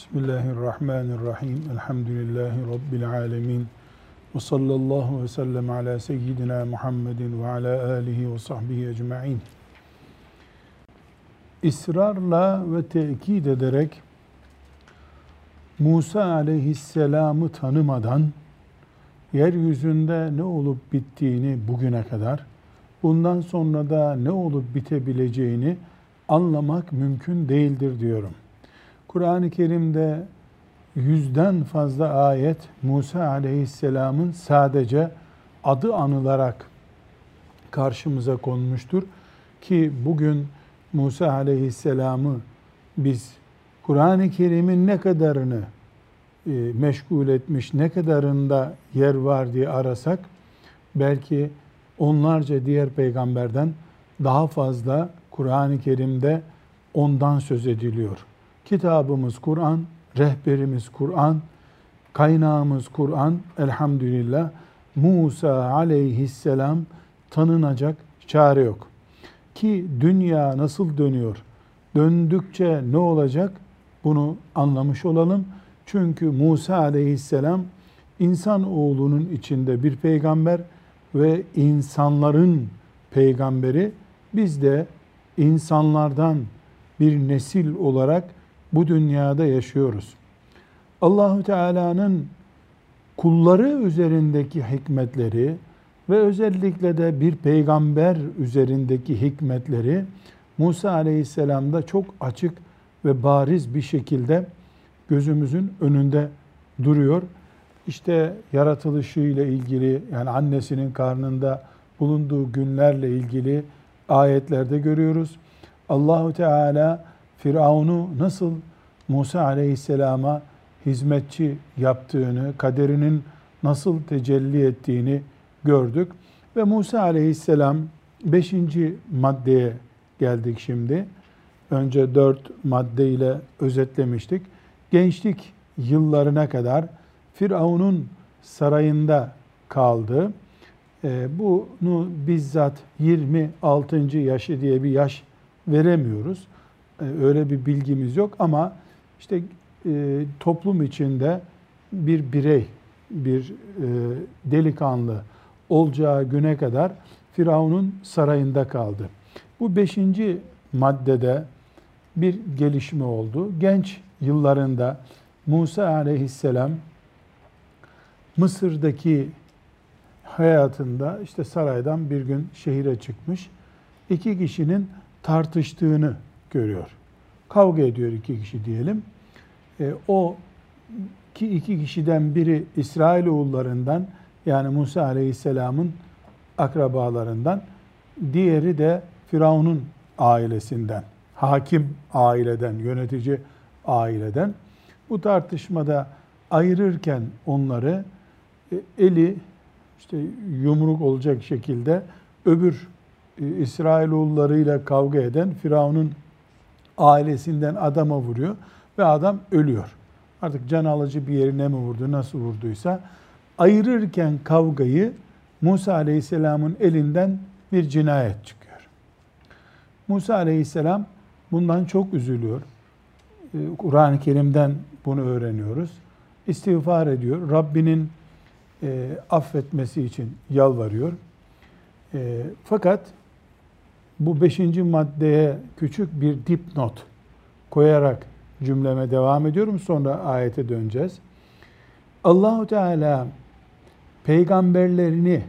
Bismillahirrahmanirrahim. Elhamdülillahi Rabbil alemin. Ve sallallahu ve sellem ala seyyidina Muhammedin ve ala alihi ve sahbihi ecma'in. İsrarla ve tekit ederek Musa aleyhisselamı tanımadan yeryüzünde ne olup bittiğini bugüne kadar, bundan sonra da ne olup bitebileceğini anlamak mümkün değildir diyorum. Kur'an-ı Kerim'de 100'den fazla ayet Musa aleyhisselamın sadece adı anılarak karşımıza konmuştur. Ki bugün Musa aleyhisselamı biz Kur'an-ı Kerim'in ne kadarını meşgul etmiş, ne kadarında yer var diye arasak, belki onlarca diğer peygamberden daha fazla Kur'an-ı Kerim'de ondan söz ediliyor. Kitabımız Kur'an, rehberimiz Kur'an, kaynağımız Kur'an. Elhamdülillah Musa aleyhisselam tanınacak çare yok. Ki dünya nasıl dönüyor, döndükçe ne olacak bunu anlamış olalım. Çünkü Musa aleyhisselam insanoğlunun içinde bir peygamber ve insanların peygamberi. Biz de insanlardan bir nesil olarak bu dünyada yaşıyoruz. Allahu Teala'nın kulları üzerindeki hikmetleri ve özellikle de bir peygamber üzerindeki hikmetleri Musa Aleyhisselam'da çok açık ve bariz bir şekilde gözümüzün önünde duruyor. İşte yaratılışıyla ilgili, yani annesinin karnında bulunduğu günlerle ilgili ayetlerde görüyoruz. Allahu Teala Firavun'u nasıl Musa Aleyhisselam'a hizmetçi yaptığını, kaderinin nasıl tecelli ettiğini gördük. Ve Musa Aleyhisselam 5. maddeye geldik şimdi. Önce 4 maddeyle özetlemiştik. Gençlik yıllarına kadar Firavun'un sarayında kaldı. Bunu bizzat 26. yaşı diye bir yaş veremiyoruz. Öyle bir bilgimiz yok ama işte toplum içinde bir birey, bir delikanlı olacağı güne kadar Firavun'un sarayında kaldı. Bu 5. maddede bir gelişme oldu. Genç yıllarında Musa aleyhisselam Mısır'daki hayatında işte saraydan bir gün şehire çıkmış. 2 kişinin tartıştığını görüyor. Kavga ediyor 2 kişi diyelim. O iki kişiden biri İsrailoğullarından, yani Musa Aleyhisselam'ın akrabalarından, diğeri de Firavun'un ailesinden, hakim aileden, yönetici aileden. Bu tartışmada ayırırken onları eli işte yumruk olacak şekilde öbür İsrailoğullarıyla kavga eden Firavun'un ailesinden adama vuruyor ve adam ölüyor. Artık can alıcı bir yerine mi vurdu, nasıl vurduysa. Ayırırken kavgayı Musa Aleyhisselam'ın elinden bir cinayet çıkıyor. Musa Aleyhisselam bundan çok üzülüyor. Kur'an-ı Kerim'den bunu öğreniyoruz. İstiğfar ediyor. Rabbinin affetmesi için yalvarıyor. Fakat bu 5. maddeye küçük bir dipnot koyarak cümleme devam ediyorum. Sonra ayete döneceğiz. Allahu Teala peygamberlerini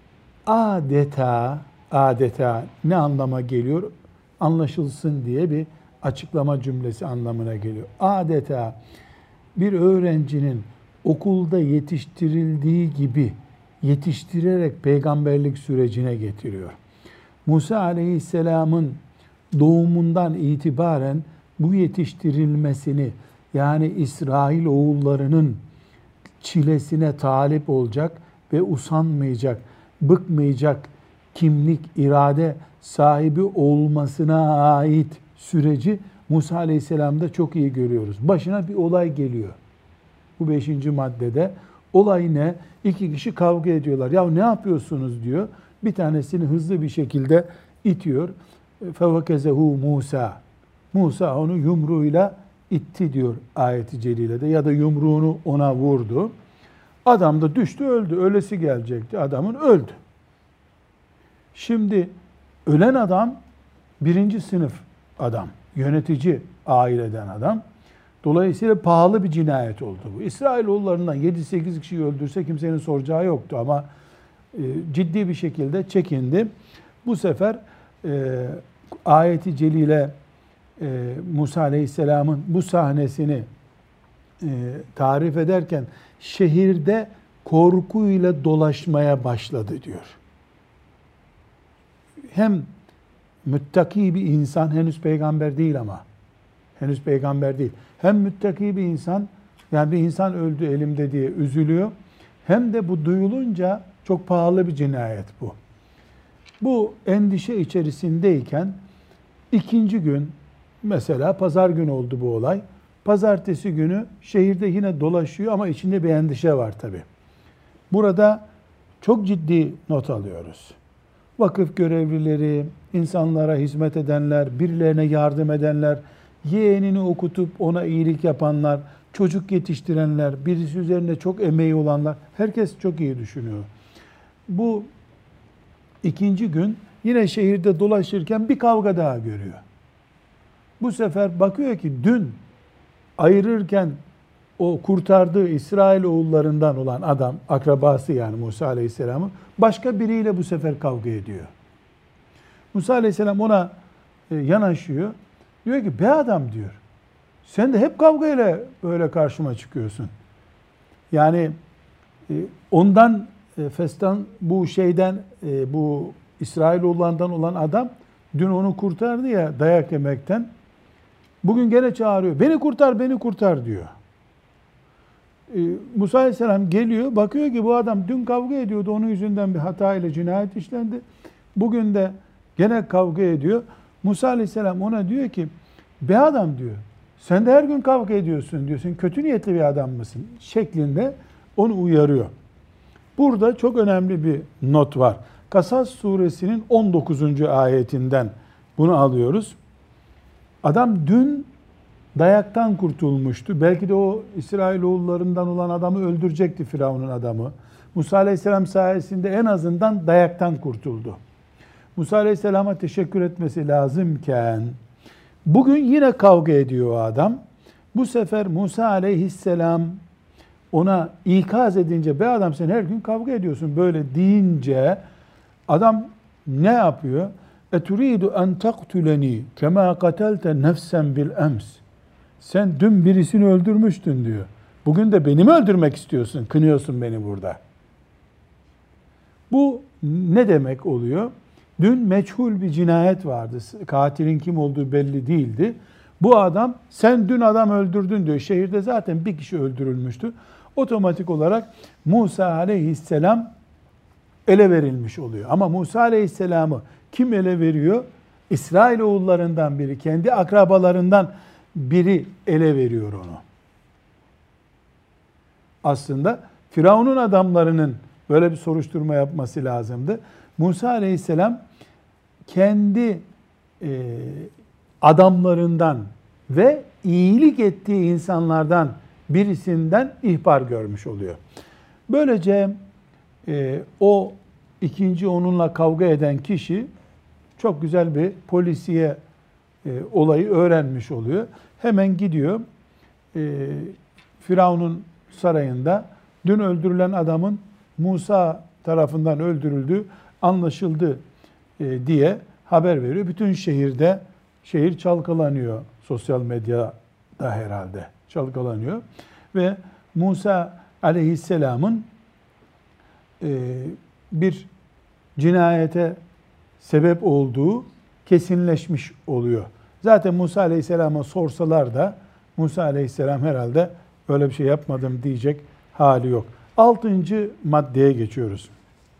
adeta ne anlama geliyor? Anlaşılsın diye bir açıklama cümlesi anlamına geliyor. Adeta bir öğrencinin okulda yetiştirildiği gibi yetiştirerek peygamberlik sürecine getiriyor. Musa Aleyhisselam'ın doğumundan itibaren bu yetiştirilmesini, yani İsrailoğullarının çilesine talip olacak ve usanmayacak, bıkmayacak kimlik, irade sahibi olmasına ait süreci Musa Aleyhisselam'da çok iyi görüyoruz. Başına bir olay geliyor. Bu 5. maddede. Olay ne? 2 kişi kavga ediyorlar. Ya ne yapıyorsunuz diyor. Bir tanesini hızlı bir şekilde itiyor. فَوَكَزَهُ Musa. Musa onu yumruğuyla itti diyor ayeti celilede, ya da yumruğunu ona vurdu. Adam da düştü, öldü. Ölesi gelecekti adamın, öldü. Şimdi ölen adam birinci sınıf adam, yönetici aileden adam. Dolayısıyla pahalı bir cinayet oldu bu. İsrailoğullarından 7-8 kişiyi öldürse kimsenin soracağı yoktu ama ciddi bir şekilde çekindi. Bu sefer ayeti celile Musa Aleyhisselam'ın bu sahnesini tarif ederken şehirde korkuyla dolaşmaya başladı diyor. Hem müttaki bir insan, henüz peygamber değil ama, henüz peygamber değil. Hem müttaki bir insan, yani bir insan öldü elimde diye üzülüyor. Hem de bu duyulunca çok pahalı bir cinayet bu. Bu endişe içerisindeyken ikinci gün, mesela pazar günü oldu bu olay. Pazartesi günü şehirde yine dolaşıyor ama içinde bir endişe var tabii. Burada çok ciddi not alıyoruz. Vakıf görevlileri, insanlara hizmet edenler, birilerine yardım edenler, yeğenini okutup ona iyilik yapanlar, çocuk yetiştirenler, birisi üzerinde çok emeği olanlar, herkes çok iyi düşünüyor. Bu ikinci gün yine şehirde dolaşırken bir kavga daha görüyor. Bu sefer bakıyor ki dün ayırırken o kurtardığı İsrailoğullarından olan adam, akrabası yani Musa Aleyhisselam'ın, başka biriyle bu sefer kavga ediyor. Musa Aleyhisselam ona yanaşıyor. Diyor ki, be adam diyor, sen de hep kavgayla böyle karşıma çıkıyorsun. Yani ondan festan, bu şeyden, bu İsrailoğullarından olan adam dün onu kurtardı ya dayak yemekten. Bugün gene çağırıyor. Beni kurtar, beni kurtar diyor. Musa Aleyhisselam geliyor, bakıyor ki bu adam dün kavga ediyordu, onun yüzünden bir hata ile cinayet işlendi. Bugün de gene kavga ediyor. Musa Aleyhisselam ona diyor ki, be adam diyor, sen de her gün kavga ediyorsun diyor, sen kötü niyetli bir adam mısın şeklinde onu uyarıyor. Burada çok önemli bir not var. Kasas suresinin 19. ayetinden bunu alıyoruz. Adam dün dayaktan kurtulmuştu. Belki de o İsrailoğullarından olan adamı öldürecekti, Firavun'un adamı. Musa Aleyhisselam sayesinde en azından dayaktan kurtuldu. Musa Aleyhisselam'a teşekkür etmesi lazımken bugün yine kavga ediyor o adam. Bu sefer Musa Aleyhisselam ona ikaz edince, be adam sen her gün kavga ediyorsun böyle deyince adam ne yapıyor? Eturidu en taktuleni kema katelte nefsen bil ems. Sen dün birisini öldürmüştün diyor. Bugün de beni mi öldürmek istiyorsun? Kınıyorsun beni burada. Bu ne demek oluyor? Dün meçhul bir cinayet vardı. Katilin kim olduğu belli değildi. Bu adam, sen dün adam öldürdün diyor. Şehirde zaten bir kişi öldürülmüştü. Otomatik olarak Musa Aleyhisselam ele verilmiş oluyor. Ama Musa Aleyhisselam'ı kim ele veriyor? İsrailoğullarından biri, kendi akrabalarından biri ele veriyor onu. Aslında Firavun'un adamlarının böyle bir soruşturma yapması lazımdı. Musa Aleyhisselam kendi adamlarından ve iyilik ettiği insanlardan birisinden ihbar görmüş oluyor. Böylece o ikinci onunla kavga eden kişi çok güzel bir polisiye olayı öğrenmiş oluyor. Hemen gidiyor Firavun'un sarayında dün öldürülen adamın Musa tarafından öldürüldüğü anlaşıldı diye haber veriyor. Bütün şehir çalkalanıyor, sosyal medyada herhalde çalkalanıyor ve Musa Aleyhisselam'ın bir cinayete sebep olduğu kesinleşmiş oluyor. Zaten Musa Aleyhisselam'a sorsalar da Musa Aleyhisselam herhalde öyle bir şey yapmadım diyecek hali yok. 6. maddeye geçiyoruz.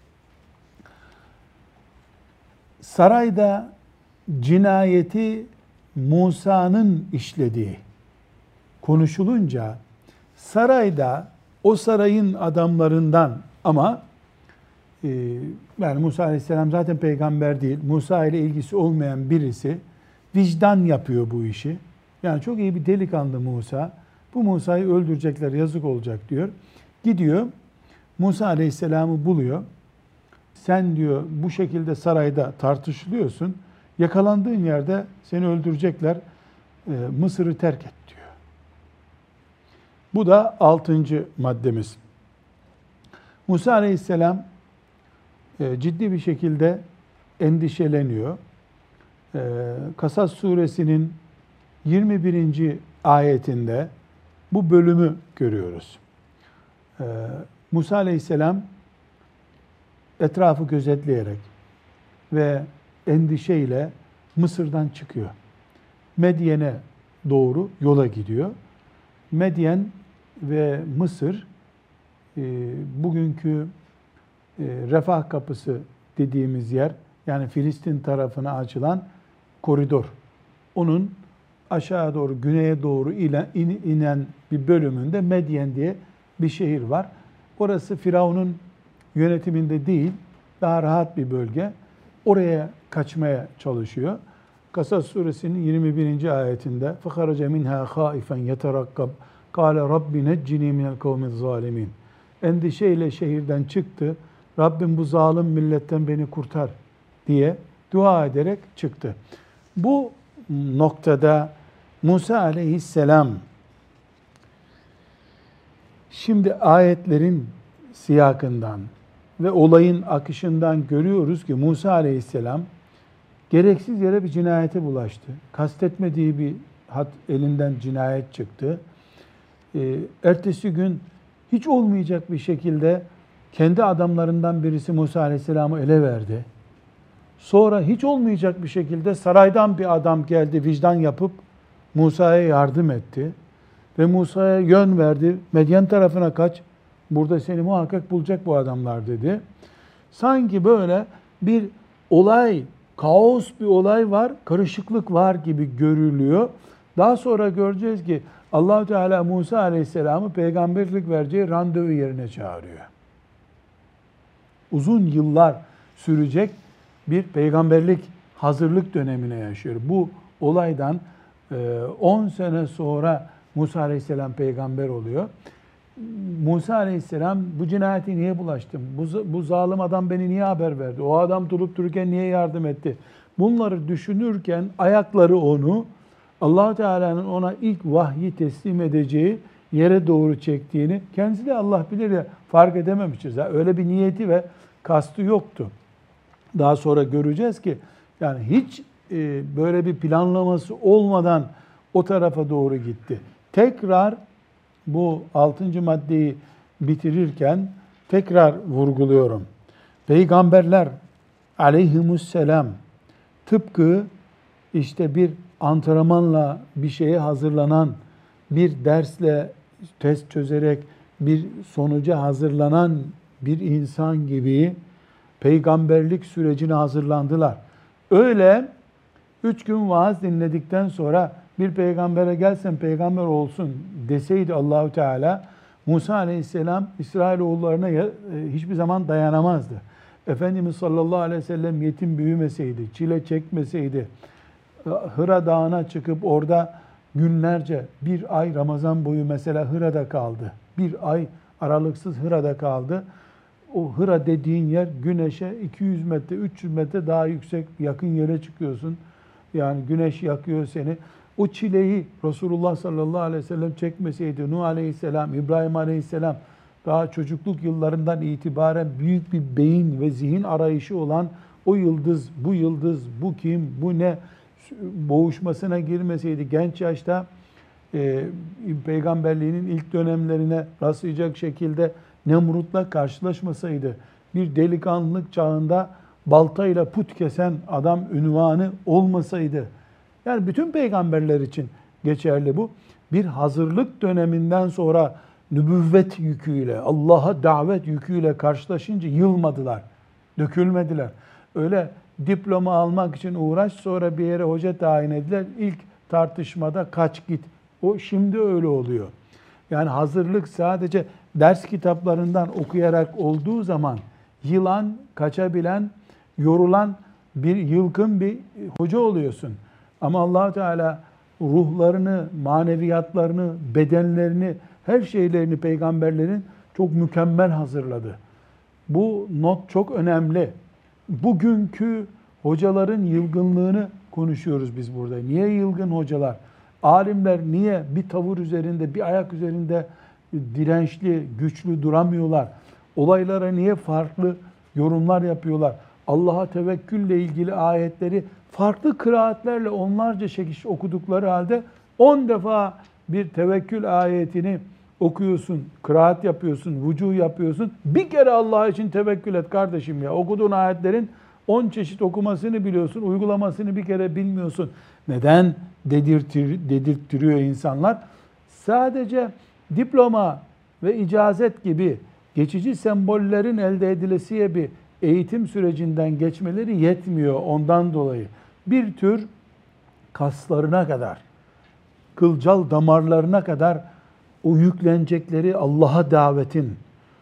Sarayda cinayeti Musa'nın işlediği konuşulunca sarayda o sarayın adamlarından ama yani Musa Aleyhisselam zaten peygamber değil, Musa ile ilgisi olmayan birisi vicdan yapıyor bu işi. Yani çok iyi bir delikanlı Musa. Bu Musa'yı öldürecekler, yazık olacak diyor. Gidiyor, Musa Aleyhisselam'ı buluyor. Sen diyor bu şekilde sarayda tartışılıyorsun. Yakalandığın yerde seni öldürecekler. Mısır'ı terk et diyor. Bu da 6. maddemiz. Musa Aleyhisselam ciddi bir şekilde endişeleniyor. Kasas suresinin 21. ayetinde bu bölümü görüyoruz. Musa Aleyhisselam etrafı gözetleyerek ve endişeyle Mısır'dan çıkıyor. Medyen'e doğru yola gidiyor. Medyen ve Mısır bugünkü Refah Kapısı dediğimiz yer, yani Filistin tarafına açılan koridor. Onun aşağı doğru, güneye doğru inen bir bölümünde Medyen diye bir şehir var. Orası Firavun'un yönetiminde değil, daha rahat bir bölge. Oraya kaçmaya çalışıyor. Kasas suresinin 21. ayetinde فَخَرَجَ مِنْهَا خَائِفًا يَتَرَقَّبْ قَالَ رَبِّ نَجِّنِي مِنَ الْقَوْمِ الظَّالِمِينَ. Endişeyle şehirden çıktı. Rabbim bu zalim milletten beni kurtar diye dua ederek çıktı. Bu noktada Musa aleyhisselam, şimdi ayetlerin siyakından ve olayın akışından görüyoruz ki Musa aleyhisselam gereksiz yere bir cinayete bulaştı. Kastetmediği bir elinden cinayet çıktı. Ertesi gün hiç olmayacak bir şekilde kendi adamlarından birisi Musa Aleyhisselam'ı ele verdi. Sonra hiç olmayacak bir şekilde saraydan bir adam geldi, vicdan yapıp Musa'ya yardım etti. Ve Musa'ya yön verdi. Medyen tarafına kaç, burada seni muhakkak bulacak bu adamlar dedi. Sanki böyle bir olay, kaos bir olay var, karışıklık var gibi görülüyor. Daha sonra göreceğiz ki Allah-u Teala Musa Aleyhisselam'ı peygamberlik vereceği randevu yerine çağırıyor. Uzun yıllar sürecek bir peygamberlik hazırlık dönemine yaşıyor. Bu olaydan 10 sene sonra Musa Aleyhisselam peygamber oluyor. Musa Aleyhisselam bu cinayeti niye bulaştım? Bu zalim adam beni niye haber verdi? O adam durup dururken niye yardım etti? Bunları düşünürken ayakları onu Allah Teala'nın ona ilk vahyi teslim edeceği yere doğru çektiğini kendisi de Allah bilir ya fark edememiştir. Öyle bir niyeti ve kastı yoktu. Daha sonra göreceğiz ki yani hiç böyle bir planlaması olmadan o tarafa doğru gitti. Tekrar bu 6. maddeyi bitirirken tekrar vurguluyorum. Peygamberler aleyhimusselam tıpkı işte bir antrenmanla bir şeye hazırlanan, bir dersle test çözerek bir sonuca hazırlanan bir insan gibi peygamberlik sürecine hazırlandılar. Öyle 3 gün vaaz dinledikten sonra bir peygambere gelsen peygamber olsun deseydi Allahu Teala, Musa Aleyhisselam İsrailoğullarına hiçbir zaman dayanamazdı. Efendimiz sallallahu aleyhi ve sellem yetim büyümeseydi, çile çekmeseydi, Hıra Dağı'na çıkıp orada günlerce, bir ay Ramazan boyu mesela Hıra'da kaldı. Bir ay aralıksız Hıra'da kaldı. O Hıra dediğin yer güneşe 200 metre, 300 metre daha yüksek, yakın yere çıkıyorsun. Yani güneş yakıyor seni. O çileyi Resulullah sallallahu aleyhi ve sellem çekmeseydi, Nuh aleyhisselam, İbrahim aleyhisselam daha çocukluk yıllarından itibaren büyük bir beyin ve zihin arayışı olan o yıldız, bu kim, bu ne boğuşmasına girmeseydi, genç yaşta peygamberliğinin ilk dönemlerine rastlayacak şekilde Nemrut'la karşılaşmasaydı, bir delikanlılık çağında baltayla put kesen adam ünvanı olmasaydı, yani bütün peygamberler için geçerli bu. Bir hazırlık döneminden sonra nübüvvet yüküyle, Allah'a davet yüküyle karşılaşınca yılmadılar, dökülmediler. Öyle diploma almak için uğraş, sonra bir yere hoca tayin ediler. İlk tartışmada kaç git. O şimdi öyle oluyor. Yani hazırlık sadece ders kitaplarından okuyarak olduğu zaman yılan, kaçabilen, yorulan bir yılgın bir hoca oluyorsun. Ama Allah Teala ruhlarını, maneviyatlarını, bedenlerini, her şeylerini peygamberlerin çok mükemmel hazırladı. Bu not çok önemli. Bugünkü hocaların yılgınlığını konuşuyoruz biz burada. Niye yılgın hocalar? Alimler niye bir tavır üzerinde, bir ayak üzerinde dirençli, güçlü duramıyorlar? Olaylara niye farklı yorumlar yapıyorlar? Allah'a tevekkülle ilgili ayetleri farklı kıraatlerle onlarca çekiş okudukları halde 10 defa bir tevekkül ayetini okuyorsun, kıraat yapıyorsun, vucu yapıyorsun. Bir kere Allah için tevekkül et kardeşim ya. Okuduğun ayetlerin 10 çeşit okumasını biliyorsun, uygulamasını bir kere bilmiyorsun. Neden dedirttiriyor insanlar? Sadece diploma ve icazet gibi geçici sembollerin elde edilesiye bir eğitim sürecinden geçmeleri yetmiyor ondan dolayı. Bir tür kaslarına kadar, kılcal damarlarına kadar o yüklenecekleri Allah'a davetin,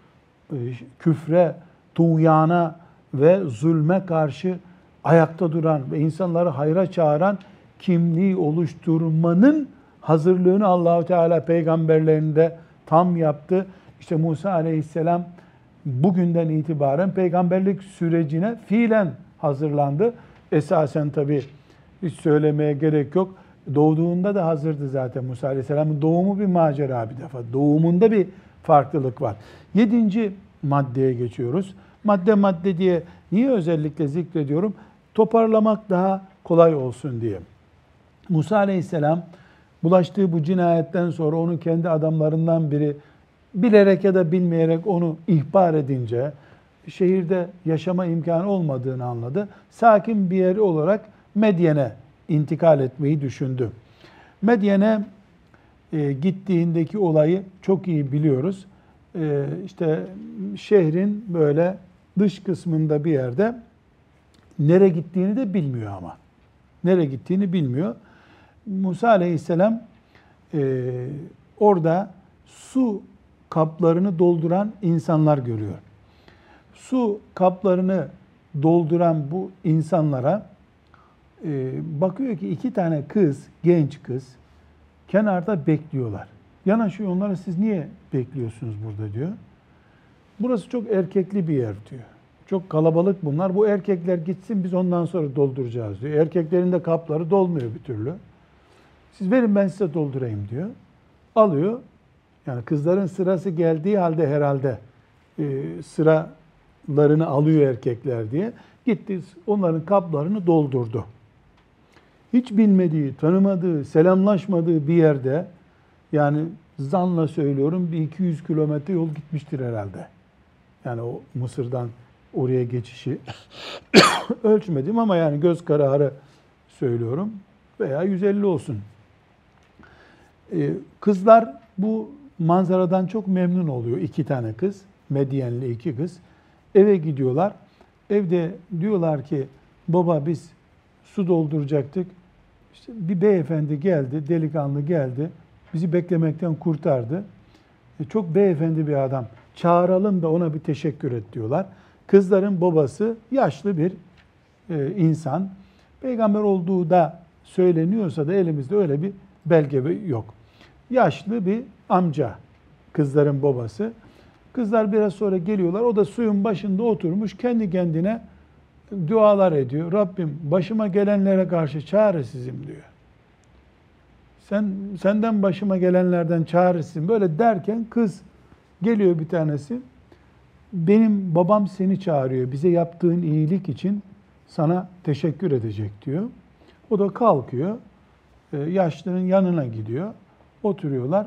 küfre, tuğyana ve zulme karşı ayakta duran ve insanları hayra çağıran kimliği oluşturmanın hazırlığını Allah-u Teala peygamberlerinde tam yaptı. İşte Musa Aleyhisselam bugünden itibaren peygamberlik sürecine fiilen hazırlandı. Esasen tabii hiç söylemeye gerek yok. Doğduğunda da hazırdı zaten Musa Aleyhisselam'ın doğumu bir macera bir defa. Doğumunda bir farklılık var. 7. maddeye geçiyoruz. Madde diye niye özellikle zikrediyorum? Toparlamak daha kolay olsun diye. Musa Aleyhisselam bulaştığı bu cinayetten sonra onun kendi adamlarından biri bilerek ya da bilmeyerek onu ihbar edince şehirde yaşama imkanı olmadığını anladı. Sakin bir yer olarak Medyen'e intikal etmeyi düşündü. Medyen'e gittiğindeki olayı çok iyi biliyoruz. İşte şehrin böyle dış kısmında bir yerde, nereye gittiğini de bilmiyor ama. Nereye gittiğini bilmiyor. Musa Aleyhisselam orada su kaplarını dolduran insanlar görüyor. Su kaplarını dolduran bu insanlara bakıyor ki 2 tane kız, genç kız kenarda bekliyorlar. Yanaşıyor onlara, siz niye bekliyorsunuz burada diyor. Burası çok erkekli bir yer diyor. Çok kalabalık bunlar. Bu erkekler gitsin, biz ondan sonra dolduracağız diyor. Erkeklerin de kapları dolmuyor bir türlü. Siz verin, ben size doldurayım diyor. Alıyor. Yani kızların sırası geldiği halde herhalde sıralarını alıyor erkekler diye. Gitti onların kaplarını doldurdu. Hiç bilmediği, tanımadığı, selamlaşmadığı bir yerde, yani zanla söylüyorum, bir 200 kilometre yol gitmiştir herhalde. Yani o Mısır'dan oraya geçişi ölçmedim ama yani göz kararı söylüyorum, veya 150 olsun. Kızlar bu manzaradan çok memnun oluyor. 2 tane kız, Medyenli 2 kız. Eve gidiyorlar. Evde diyorlar ki, baba biz su dolduracaktık. İşte bir beyefendi geldi, delikanlı geldi. Bizi beklemekten kurtardı. Çok beyefendi bir adam. Çağıralım da ona bir teşekkür et diyorlar. Kızların babası yaşlı bir insan. Peygamber olduğu da söyleniyorsa da elimizde öyle bir belge yok. Yaşlı bir amca kızların babası. Kızlar biraz sonra geliyorlar. O da suyun başında oturmuş kendi kendine dualar ediyor. Rabbim başıma gelenlere karşı çaresizim diyor. Senden başıma gelenlerden çaresizim. Böyle derken kız geliyor bir tanesi. Benim babam seni çağırıyor. Bize yaptığın iyilik için sana teşekkür edecek diyor. O da kalkıyor. Yaşlının yanına gidiyor. Oturuyorlar.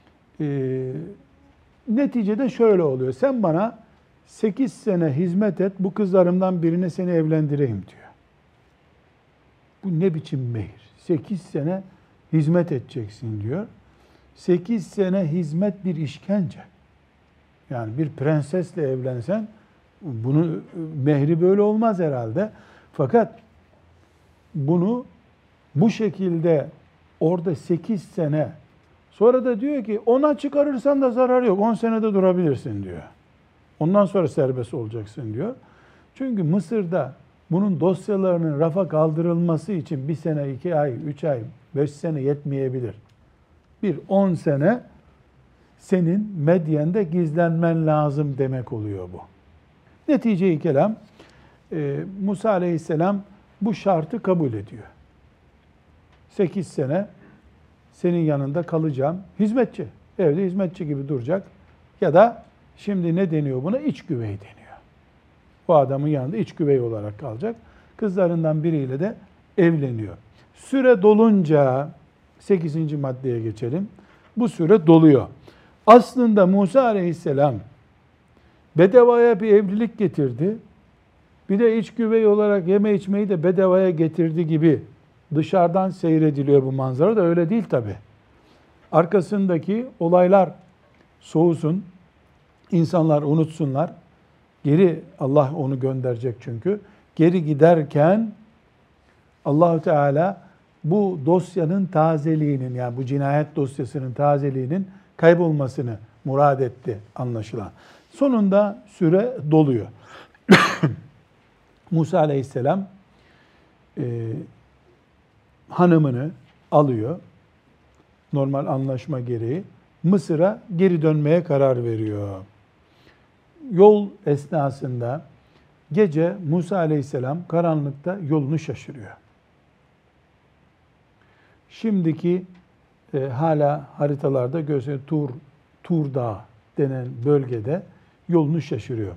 Neticede şöyle oluyor. Sen bana 8 sene hizmet et, bu kızlarımdan birine seni evlendireyim diyor. Bu ne biçim mehir? 8 sene hizmet edeceksin diyor. 8 sene hizmet bir işkence. Yani bir prensesle evlensen bunu mehri böyle olmaz herhalde. Fakat bunu bu şekilde orada 8 sene sonra da diyor ki ona çıkarırsan da zarar yok. 10 senede durabilirsin diyor. Ondan sonra serbest olacaksın diyor. Çünkü Mısır'da bunun dosyalarının rafa kaldırılması için 1 sene, 2 ay, 3 ay 5 sene yetmeyebilir. Bir 10 sene senin Medyen'de gizlenmen lazım demek oluyor bu. Netice-i kelam, Musa aleyhisselam bu şartı kabul ediyor. 8 sene senin yanında kalacağım. Hizmetçi, evde hizmetçi gibi duracak. Ya da şimdi ne deniyor buna? İç güvey deniyor. Bu adamın yanında iç güvey olarak kalacak. Kızlarından biriyle de evleniyor. Süre dolunca 8. maddeye geçelim. Bu süre doluyor. Aslında Musa aleyhisselam bedavaya bir evlilik getirdi. Bir de iç güvey olarak yeme içmeyi de bedavaya getirdi gibi dışarıdan seyrediliyor bu manzara da öyle değil tabi. Arkasındaki olaylar soğusun, insanlar unutsunlar. Geri Allah onu gönderecek çünkü. Geri giderken Allah-u Teala bu dosyanın tazeliğinin, yani bu cinayet dosyasının tazeliğinin kaybolmasını murad etti anlaşılan. Sonunda süre doluyor. Musa aleyhisselam hanımını alıyor. Normal anlaşma gereği Mısır'a geri dönmeye karar veriyor. Yol esnasında gece Musa aleyhisselam karanlıkta yolunu şaşırıyor. Şimdiki hala haritalarda gösteriyor Tur Dağı denen bölgede yolunu şaşırıyor.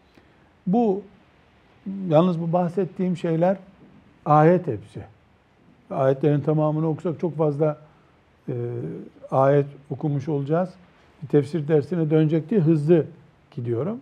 Yalnız bu bahsettiğim şeyler ayet hepsi. Ayetlerin tamamını okusak çok fazla ayet okumuş olacağız. Tefsir dersine dönecek diye hızlı gidiyorum.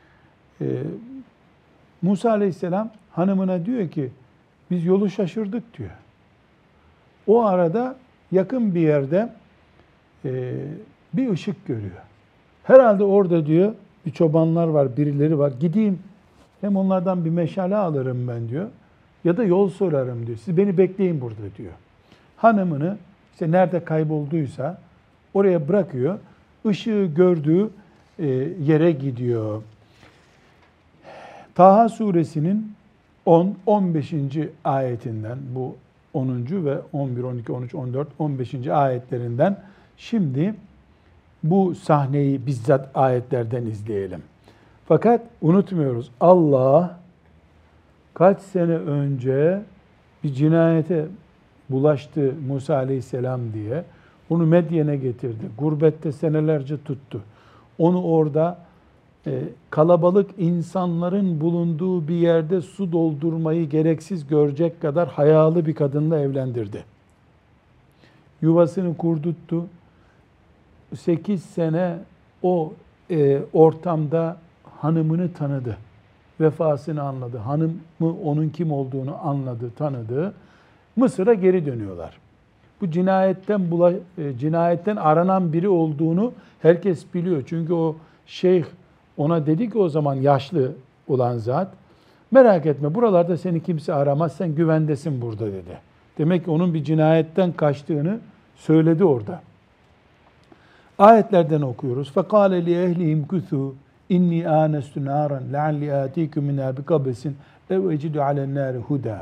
Musa aleyhisselam hanımına diyor ki biz yolu şaşırdık diyor. O arada yakın bir yerde bir ışık görüyor. Herhalde orada diyor bir çobanlar var, birileri var. Gideyim hem onlardan bir meşale alırım ben diyor. Ya da yol sorarım diyor. Siz beni bekleyin burada diyor. Hanımını işte nerede kaybolduysa oraya bırakıyor. Işığı gördüğü yere gidiyor. Taha suresinin 10-15. ayetinden bu 10. ve 11, 12, 13, 14, 15. ayetlerinden şimdi bu sahneyi bizzat ayetlerden izleyelim. Fakat unutmuyoruz, Allah kaç sene önce bir cinayete bulaştı Musa aleyhisselam diye onu Medyen'e getirdi. Gurbette senelerce tuttu. Onu orada kalabalık insanların bulunduğu bir yerde su doldurmayı gereksiz görecek kadar hayalı bir kadınla evlendirdi. Yuvasını kurduttu. 8 sene o ortamda hanımını tanıdı. Vefasını anladı. Hanımı onun kim olduğunu anladı, tanıdı. Mısır'a geri dönüyorlar. Bu cinayetten aranan biri olduğunu herkes biliyor. Çünkü o şeyh ona dedi ki o zaman yaşlı olan zat, merak etme buralarda seni kimse aramaz, sen güvendesin burada dedi. Demek ki onun bir cinayetten kaçtığını söyledi orada. Ayetlerden okuyoruz. فَقَالَ لِيَهْلِهِمْ كُثُوا اِنِّي آنَسْتُ نَارًا لَعَلِّي آتِيكُمْ مِنَا بِقَبَسٍ اَوْ اَجِدُ عَلَى النَّارِ هُدًى.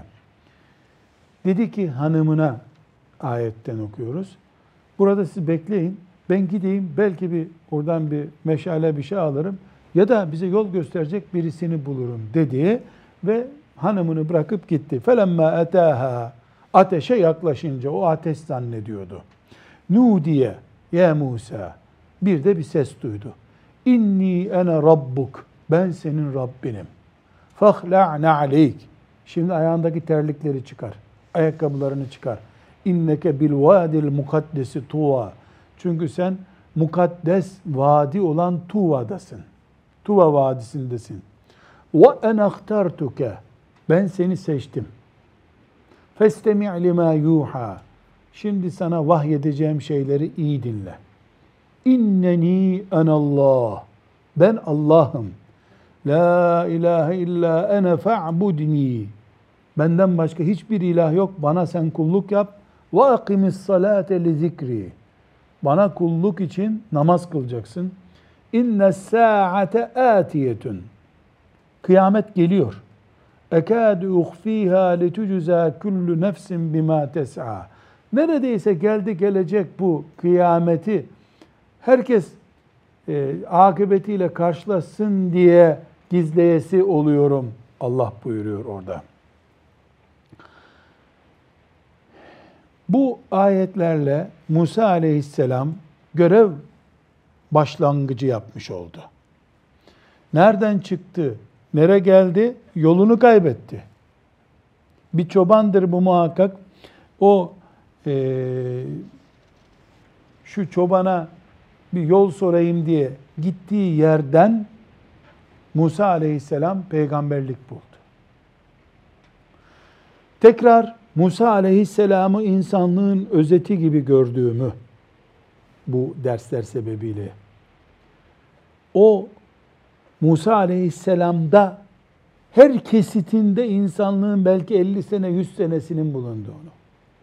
Dedi ki hanımına, ayetten okuyoruz. Burada siz bekleyin, ben gideyim, belki oradan bir meşale bir şey alırım ya da bize yol gösterecek birisini bulurum dedi ve hanımını bırakıp gitti. فَلَمَّا اَتَاهَا Ateşe yaklaşınca, o ateş zannediyordu. Nudiye ya Musa, bir de bir ses duydu. İnni ene rabbuk, ben senin Rabbinim. Fahla'ne aleyk, şimdi ayağındaki terlikleri çıkar, ayakkabılarını çıkar. İnneke bil vadil mukaddesi tuva, çünkü sen mukaddes vadi olan Tuva'dasın. Tuva vadisindesin. Ve en ahtartuke, ben seni seçtim. Festemi' lima yuha, şimdi sana vahyedeceğim şeyleri iyi dinle. İnneni enallah, ben Allah'ım. La ilahe illa ene fa'budni, benden başka hiçbir ilah yok, bana sen kulluk yap. Ve akimis salate li zikri, bana kulluk için namaz kılacaksın. İnne sa'ate atiyetun, kıyamet geliyor. Ekâdü uhfîhâ letücüzâ küllü nefsin bimâ tes'a, Neredeyse geldi gelecek bu kıyameti herkes akıbetiyle karşılaşsın diye gizleyesi oluyorum. Allah buyuruyor orada. Bu ayetlerle Musa aleyhisselam görev başlangıcı yapmış oldu. Nereden çıktı, nereye geldi? Yolunu kaybetti. Bir çobandır bu muhakkak. O şu çobana bir yol sorayım diye gittiği yerden Musa aleyhisselam peygamberlik buldu. Tekrar Musa aleyhisselamı insanlığın özeti gibi gördüğümü bu dersler sebebiyle o Musa aleyhisselamda her kesitinde insanlığın belki 50 sene 100 senesinin bulunduğunu,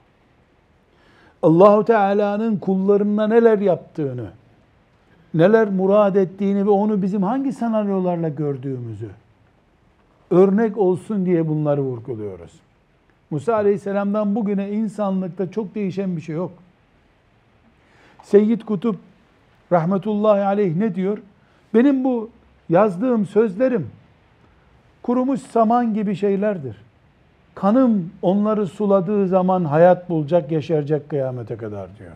Allahu Teala'nın kullarına neler yaptığını, neler murad ettiğini ve onu bizim hangi senaryolarla gördüğümüzü örnek olsun diye bunları vurguluyoruz. Musa Aleyhisselam'dan bugüne insanlıkta çok değişen bir şey yok. Seyyid Kutup rahmetullahi aleyh ne diyor? Benim bu yazdığım sözlerim kurumuş saman gibi şeylerdir. Kanım onları suladığı zaman hayat bulacak, yeşerecek kıyamete kadar diyor.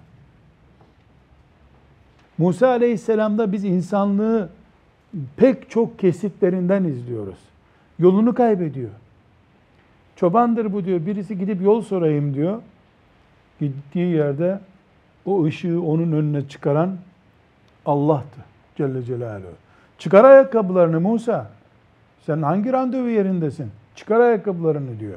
Musa Aleyhisselam'da biz insanlığı pek çok kesitlerinden izliyoruz. Yolunu kaybediyor. Çobandır bu diyor. Birisi gidip yol sorayım diyor. Gittiği yerde o ışığı onun önüne çıkaran Allah'tı Celle Celaluhu. Çıkar ayakkabılarını Musa. Sen hangi randevu yerindesin? Çıkar ayakkabılarını diyor.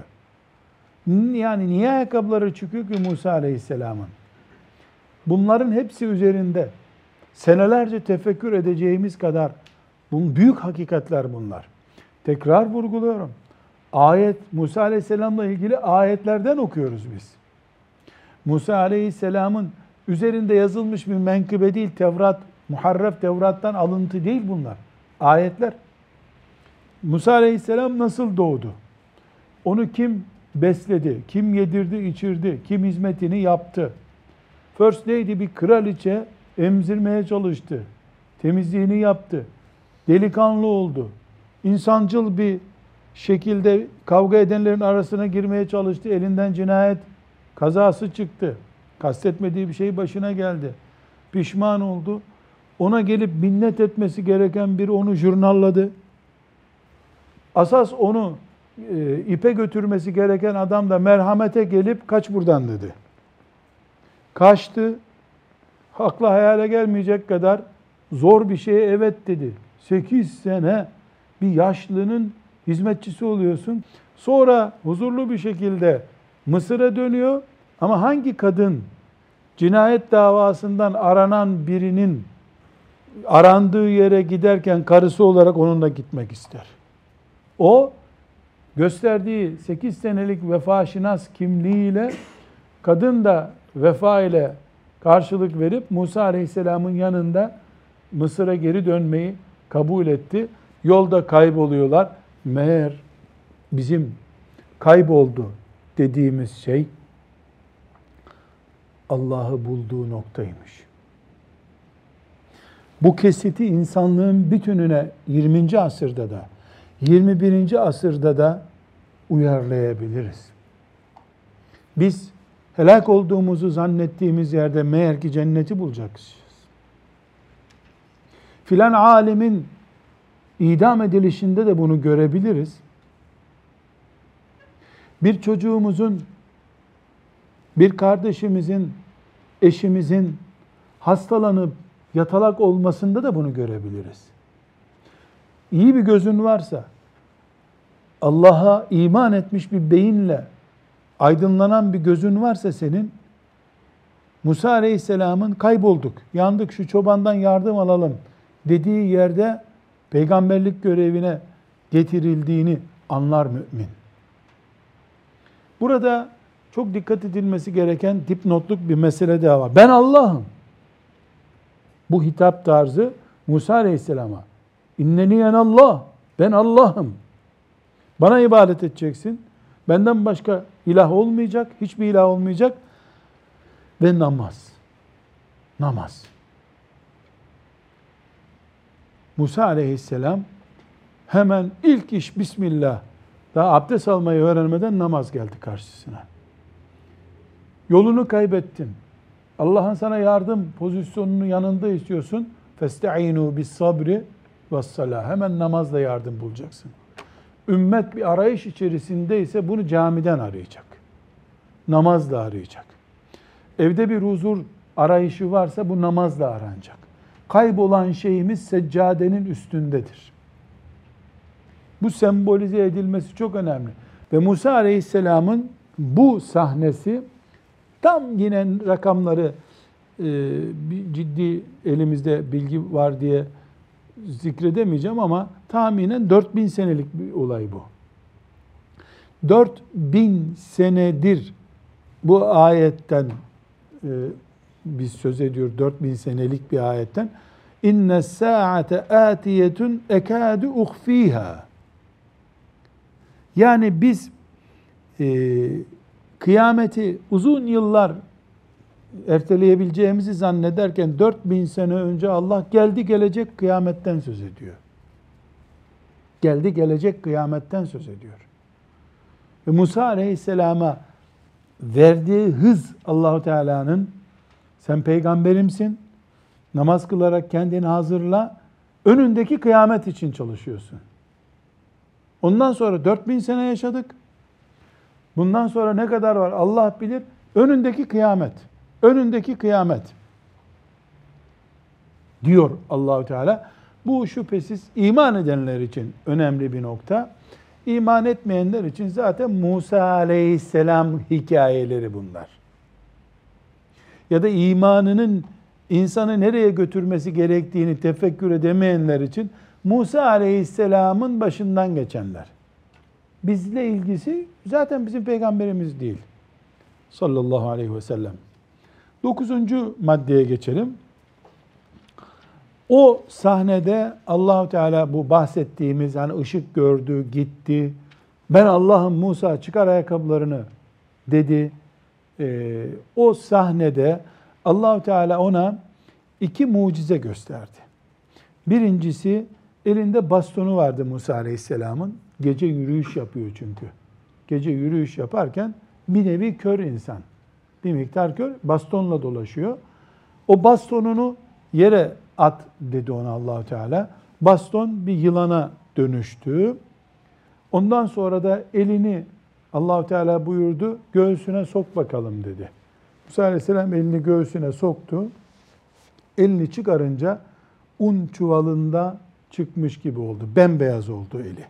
Yani niye ayakkabıları çıkıyor ki Musa Aleyhisselam'ın? Bunların hepsi üzerinde senelerce tefekkür edeceğimiz kadar büyük hakikatler bunlar. Tekrar vurguluyorum. Ayet, Musa Aleyhisselam'la ilgili ayetlerden okuyoruz biz. Musa Aleyhisselam'ın üzerinde yazılmış bir menkıbe değil, Tevrat, muharref Tevrat'tan alıntı değil bunlar. Ayetler. Musa Aleyhisselam nasıl doğdu? Onu kim besledi, kim yedirdi, içirdi, kim hizmetini yaptı? First Lady bir kraliçe emzirmeye çalıştı. Temizliğini yaptı. Delikanlı oldu. İnsancıl bir şekilde kavga edenlerin arasına girmeye çalıştı. Elinden cinayet kazası çıktı. Kastetmediği bir şey başına geldi. Pişman oldu. Ona gelip minnet etmesi gereken biri onu jurnalladı. Asas onu ipe götürmesi gereken adam da merhamete gelip kaç buradan dedi. Kaçtı. Akla hayale gelmeyecek kadar zor bir şeye evet dedi. 8 sene bir yaşlının hizmetçisi oluyorsun. Sonra huzurlu bir şekilde Mısır'a dönüyor. Ama hangi kadın cinayet davasından aranan birinin arandığı yere giderken karısı olarak onunla gitmek ister? O gösterdiği 8 senelik vefaşinas kimliğiyle kadın da vefa ile karşılık verip Musa Aleyhisselam'ın yanında Mısır'a geri dönmeyi kabul etti. Yolda kayboluyorlar. Meğer bizim kayboldu dediğimiz şey Allah'ı bulduğu noktaymış. Bu kesiti insanlığın bütününe 20. asırda da 21. asırda da uyarlayabiliriz. Biz helak olduğumuzu zannettiğimiz yerde meğer ki cenneti bulacakmışız. Filan alimin idam edilişinde de bunu görebiliriz. Bir çocuğumuzun, bir kardeşimizin, eşimizin hastalanıp yatalak olmasında da bunu görebiliriz. İyi bir gözün varsa, Allah'a iman etmiş bir beyinle aydınlanan bir gözün varsa senin, Musa Aleyhisselam'ın kaybolduk, yandık, şu çobandan yardım alalım dediği yerde peygamberlik görevine getirildiğini anlar mümin. Burada çok dikkat edilmesi gereken dipnotluk bir mesele daha var. Ben Allah'ım. Bu hitap tarzı Musa Aleyhisselam'a. İnneni enallah. Ben Allah'ım. Bana ibadet edeceksin. Benden başka ilah olmayacak. Hiçbir ilah olmayacak. ve namaz. Namaz. Musa aleyhisselam hemen ilk iş Bismillah. Daha abdest almayı öğrenmeden namaz geldi karşısına. Yolunu kaybettin. Allah'ın sana yardım pozisyonunu yanında istiyorsun. Festa'inu bis sabri ve's salah. Hemen namazla yardım bulacaksın. Ümmet bir arayış içerisindeyse bunu camiden arayacak. Namazla arayacak. Evde bir huzur arayışı varsa bu namazla aranacak. Kaybolan şeyimiz seccadenin üstündedir. Bu sembolize edilmesi çok önemli. Ve Musa Aleyhisselam'ın bu sahnesi tam yine rakamları ciddi elimizde bilgi var diye zikredemeyeceğim ama tahminen 4000 senelik bir olay bu. 4000 senedir bu ayetten biz söz ediyor, 4000 senelik bir ayetten. İnne sa'ate atiyetun ekadu uhfiha. Yani biz kıyameti uzun yıllar erteleyebileceğimizi zannederken 4000 sene önce Allah geldi gelecek kıyametten söz ediyor. Geldi gelecek kıyametten söz ediyor. Ve Musa Aleyhisselam'a verdiği hız Allahu Teala'nın sen peygamberimsin, namaz kılarak kendini hazırla, önündeki kıyamet için çalışıyorsun. Ondan sonra 4000 sene yaşadık. Bundan sonra ne kadar var Allah bilir. Önündeki kıyamet. Önündeki kıyamet. Diyor Allahu Teala. Bu şüphesiz iman edenler için önemli bir nokta. İman etmeyenler için zaten Musa Aleyhisselam hikayeleri bunlar. Ya da imanının insanı nereye götürmesi gerektiğini tefekkür edemeyenler için Musa Aleyhisselam'ın başından geçenler. Bizle ilgisi zaten bizim peygamberimiz değil. Sallallahu aleyhi ve sellem. 9. maddeye geçelim. O sahnede Allahu Teala bu bahsettiğimiz hani ışık gördü, gitti. Ben Allah'ım Musa çıkar ayakkabılarını dedi. O sahnede Allahu Teala ona 2 mucize gösterdi. Birincisi elinde bastonu vardı Musa Aleyhisselam'ın. Gece yürüyüş yapıyor çünkü. Gece yürüyüş yaparken bir nevi kör insan. Bir miktar kör, bastonla dolaşıyor. O bastonunu yere at dedi ona Allah-u Teala. Baston bir yılana dönüştü. Ondan sonra da elini Allah-u Teala buyurdu, göğsüne sok bakalım dedi. Musa Aleyhisselam elini göğsüne soktu. Elini çıkarınca un çuvalında çıkmış gibi oldu. Bembeyaz oldu eli.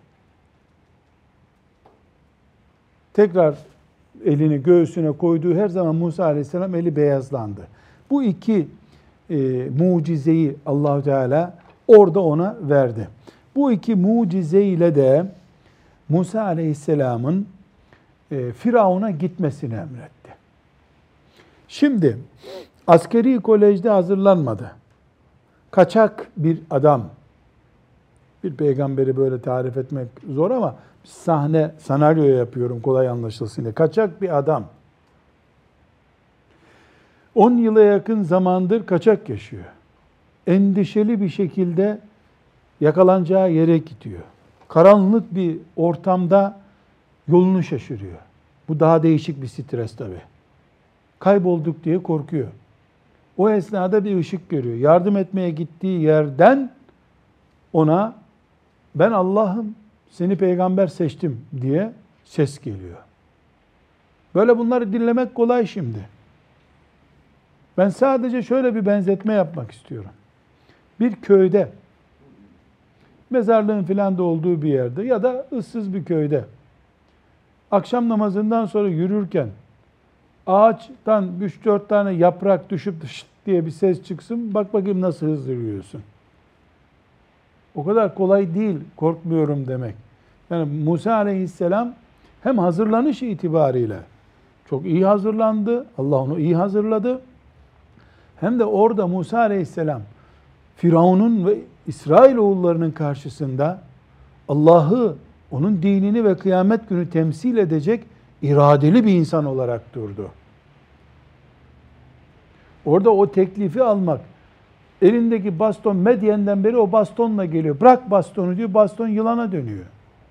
Tekrar elini göğsüne koyduğu her zaman Musa Aleyhisselam eli beyazlandı. Bu 2 mucizeyi Allah-u Teala orada ona verdi. Bu 2 mucizeyle de Musa Aleyhisselam'ın Firavun'a gitmesini emretti. Şimdi askeri kolejde hazırlanmadı. Kaçak bir adam, bir peygamberi böyle tarif etmek zor ama senaryo yapıyorum kolay anlaşılsın diye. Kaçak bir adam. 10 yıla yakın zamandır kaçak yaşıyor. Endişeli bir şekilde yakalanacağı yere gidiyor. Karanlık bir ortamda yolunu şaşırıyor. Bu daha değişik bir stres tabii. Kaybolduk diye korkuyor. O esnada bir ışık görüyor. Yardım etmeye gittiği yerden ona ben Allah'ım seni peygamber seçtim diye ses geliyor. Böyle bunları dinlemek kolay şimdi. Ben sadece şöyle bir benzetme yapmak istiyorum. Bir köyde, mezarlığın filan da olduğu bir yerde ya da ıssız bir köyde akşam namazından sonra yürürken ağaçtan 3-4 tane yaprak düşüp şıt diye bir ses çıksın, bak bakayım nasıl hızlı yürüyorsun. O kadar kolay değil, korkmuyorum demek. Yani Musa Aleyhisselam hem hazırlanış itibariyle çok iyi hazırlandı, Allah onu iyi hazırladı. Hem de orada Musa Aleyhisselam Firavun'un ve İsrailoğullarının karşısında Allah'ı, onun dinini ve kıyamet günü temsil edecek iradeli bir insan olarak durdu. Orada o teklifi almak. Elindeki baston Medyen'den beri o bastonla geliyor. Bırak bastonu diyor, baston yılana dönüyor.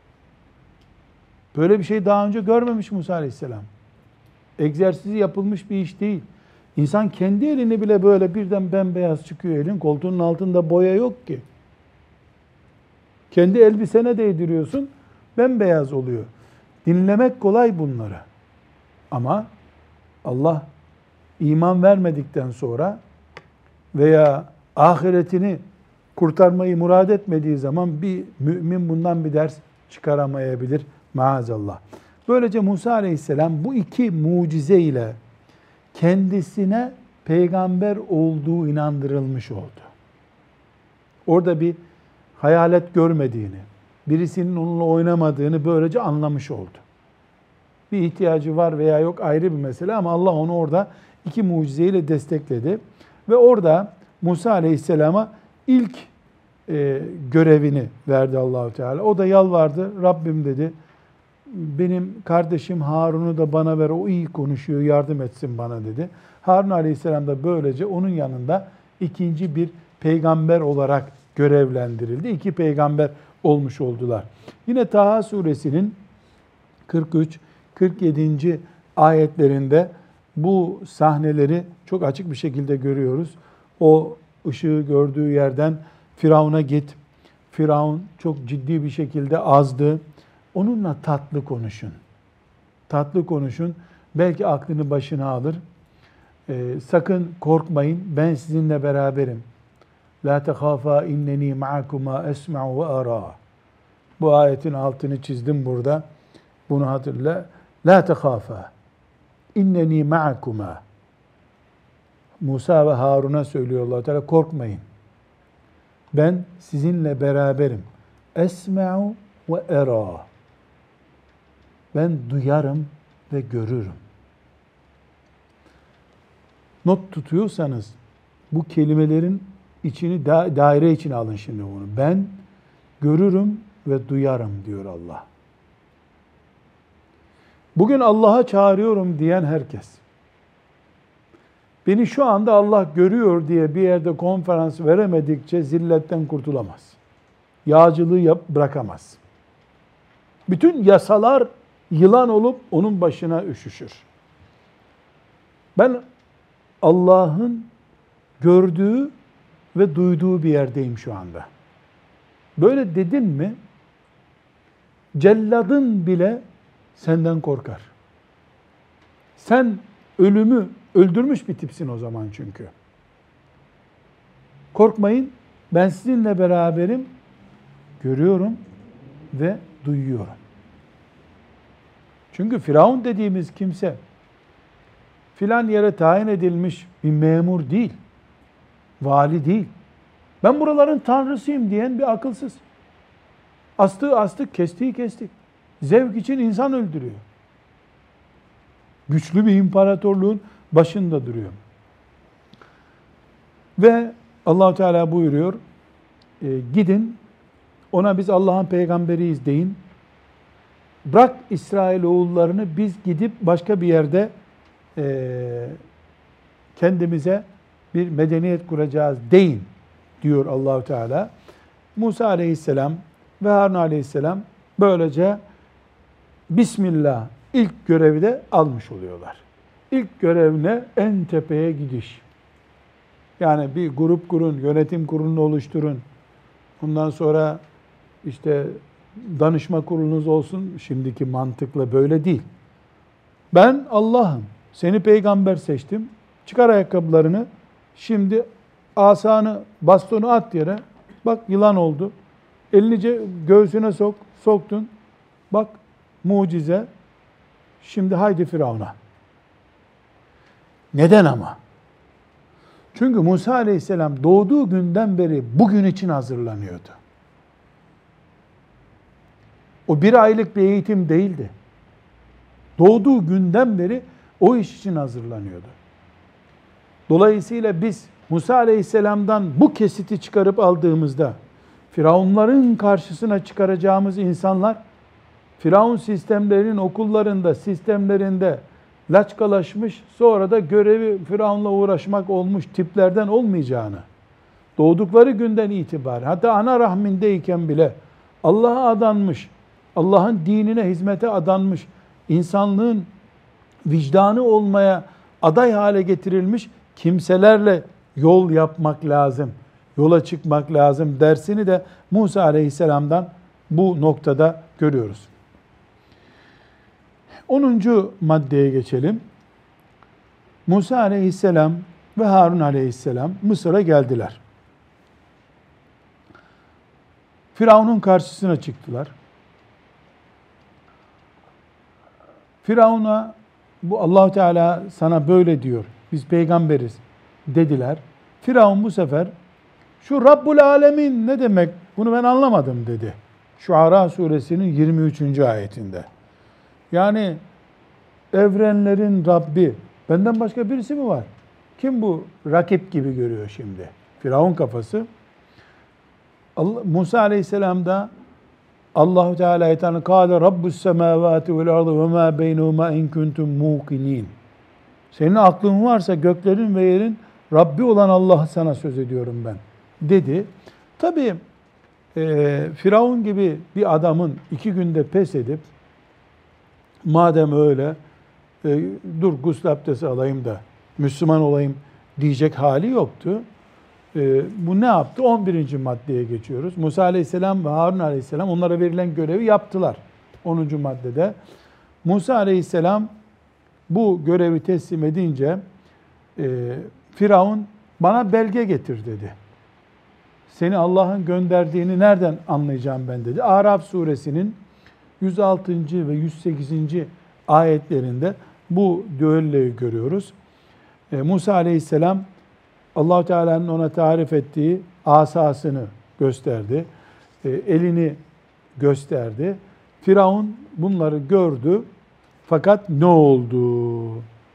Böyle bir şey daha önce görmemiş Musa Aleyhisselam. Egzersizi yapılmış bir iş değil. İnsan kendi elini bile böyle birden bembeyaz çıkıyor elin. Koltuğunun altında boya yok ki. Kendi elbisene değdiriyorsun, bembeyaz oluyor. Dinlemek kolay bunları. Ama Allah iman vermedikten sonra veya ahiretini kurtarmayı murad etmediği zaman bir mümin bundan bir ders çıkaramayabilir maazallah. Böylece Musa Aleyhisselam bu iki mucize ile kendisine peygamber olduğu inandırılmış oldu. Orada bir hayalet görmediğini, birisinin onunla oynamadığını böylece anlamış oldu. Bir ihtiyacı var veya yok ayrı bir mesele ama Allah onu orada iki mucizeyle destekledi. Ve orada Musa Aleyhisselam'a ilk görevini verdi Allah-u Teala. O da yalvardı. Rabbim dedi, benim kardeşim Harun'u da bana ver, o iyi konuşuyor, yardım etsin bana dedi. Harun Aleyhisselam da böylece onun yanında ikinci bir peygamber olarak görevlendirildi. İki peygamber olmuş oldular. Yine Taha suresinin 43-47. ayetlerinde bu sahneleri çok açık bir şekilde görüyoruz. O ışığı gördüğü yerden Firavun'a git. Firavun çok ciddi bir şekilde azdı. Onunla tatlı konuşun. Tatlı konuşun. Belki aklını başına alır. Sakın korkmayın. Ben sizinle beraberim. La tehâfâ inneni ma'akuma esma'u ve ara. Bu ayetin altını çizdim burada. Bunu hatırla. La tehâfâ inneni ma'akuma. Musa ve Harun'a söylüyor Allah Teala, korkmayın. Ben sizinle beraberim. Esma'u ve era. Ben duyarım ve görürüm. Not tutuyorsanız bu kelimelerin içini daire içine alın şimdi bunu. Ben görürüm ve duyarım diyor Allah. Bugün Allah'a çağırıyorum diyen herkes, beni şu anda Allah görüyor diye bir yerde konferans veremedikçe zilletten kurtulamaz. Yağcılığı bırakamaz. Bütün yasalar yılan olup onun başına üşüşür. Ben Allah'ın gördüğü ve duyduğu bir yerdeyim şu anda. Böyle dedin mi, celladın bile senden korkar. Sen ölümü öldürmüş bir tipsin o zaman çünkü. Korkmayın, ben sizinle beraberim, görüyorum ve duyuyorum. Çünkü Firavun dediğimiz kimse filan yere tayin edilmiş bir memur değil, vali değil. Ben buraların tanrısıyım diyen bir akılsız. Astığı astık, kestiği kestik. Zevk için insan öldürüyor. Güçlü bir imparatorluğun başında duruyor. Ve Allah-u Teala buyuruyor, gidin ona biz Allah'ın peygamberiyiz deyin. Bırak İsrailoğullarını, biz gidip başka bir yerde kendimize bir medeniyet kuracağız deyin diyor Allah-u Teala. Musa Aleyhisselam ve Harun Aleyhisselam böylece Bismillah ilk görevi de almış oluyorlar. İlk görevine en tepeye gidiş. Yani bir grup kurun, yönetim kurulunu oluşturun. Ondan sonra işte danışma kurulunuz olsun. Şimdiki mantıkla böyle değil. Ben Allah'ım, seni peygamber seçtim. Çıkar ayakkabılarını. Şimdi asanı, bastonu at yere. Bak yılan oldu. Elini göğsüne sok. Soktun. Bak mucize. Şimdi haydi Firavun'a. Neden ama? Çünkü Musa Aleyhisselam doğduğu günden beri bugün için hazırlanıyordu. O bir aylık bir eğitim değildi. Doğduğu günden beri o iş için hazırlanıyordu. Dolayısıyla biz Musa Aleyhisselam'dan bu kesiti çıkarıp aldığımızda Firavunların karşısına çıkaracağımız insanlar, Firavun sistemlerinin okullarında, sistemlerinde laçkalaşmış, sonra da görevi Firavun'la uğraşmak olmuş tiplerden olmayacağını, doğdukları günden itibaren, hatta ana rahmindeyken bile Allah'a adanmış, Allah'ın dinine hizmete adanmış, insanlığın vicdanı olmaya aday hale getirilmiş kimselerle yol yapmak lazım, yola çıkmak lazım dersini de Musa Aleyhisselam'dan bu noktada görüyoruz. 10. maddeye geçelim. Musa Aleyhisselam ve Harun Aleyhisselam Mısır'a geldiler. Firavun'un karşısına çıktılar. Firavun'a bu Allah Teala sana böyle diyor, biz peygamberiz dediler. Firavun bu sefer şu Rabbul Alemin ne demek, bunu ben anlamadım dedi. Şuara suresinin 23. ayetinde. Yani evrenlerin Rabbi, benden başka birisi mi var? Kim bu rakip gibi görüyor şimdi? Firavun kafası. Musa Aleyhisselam da Allah-u Teala'ya tanı kâle Rabbus semâvâti vel ardı ve mâ beynehumâ in kuntum mûkinin. Senin aklın varsa göklerin ve yerin Rabbi olan Allah'ı sana söz ediyorum ben dedi. Tabii Firavun gibi bir adamın 2 günde pes edip madem öyle dur gusül abdesti alayım da Müslüman olayım diyecek hali yoktu. Bu ne yaptı? 11. maddeye geçiyoruz. Musa Aleyhisselam ve Harun Aleyhisselam onlara verilen görevi yaptılar. 10. maddede. Musa Aleyhisselam bu görevi teslim edince Firavun bana belge getir dedi. Seni Allah'ın gönderdiğini nereden anlayacağım ben dedi. Araf suresinin 106. ve 108. ayetlerinde bu düelloyu görüyoruz. Musa Aleyhisselam Allah-u Teala'nın ona tarif ettiği asasını gösterdi. Elini gösterdi. Firavun bunları gördü. Fakat ne oldu?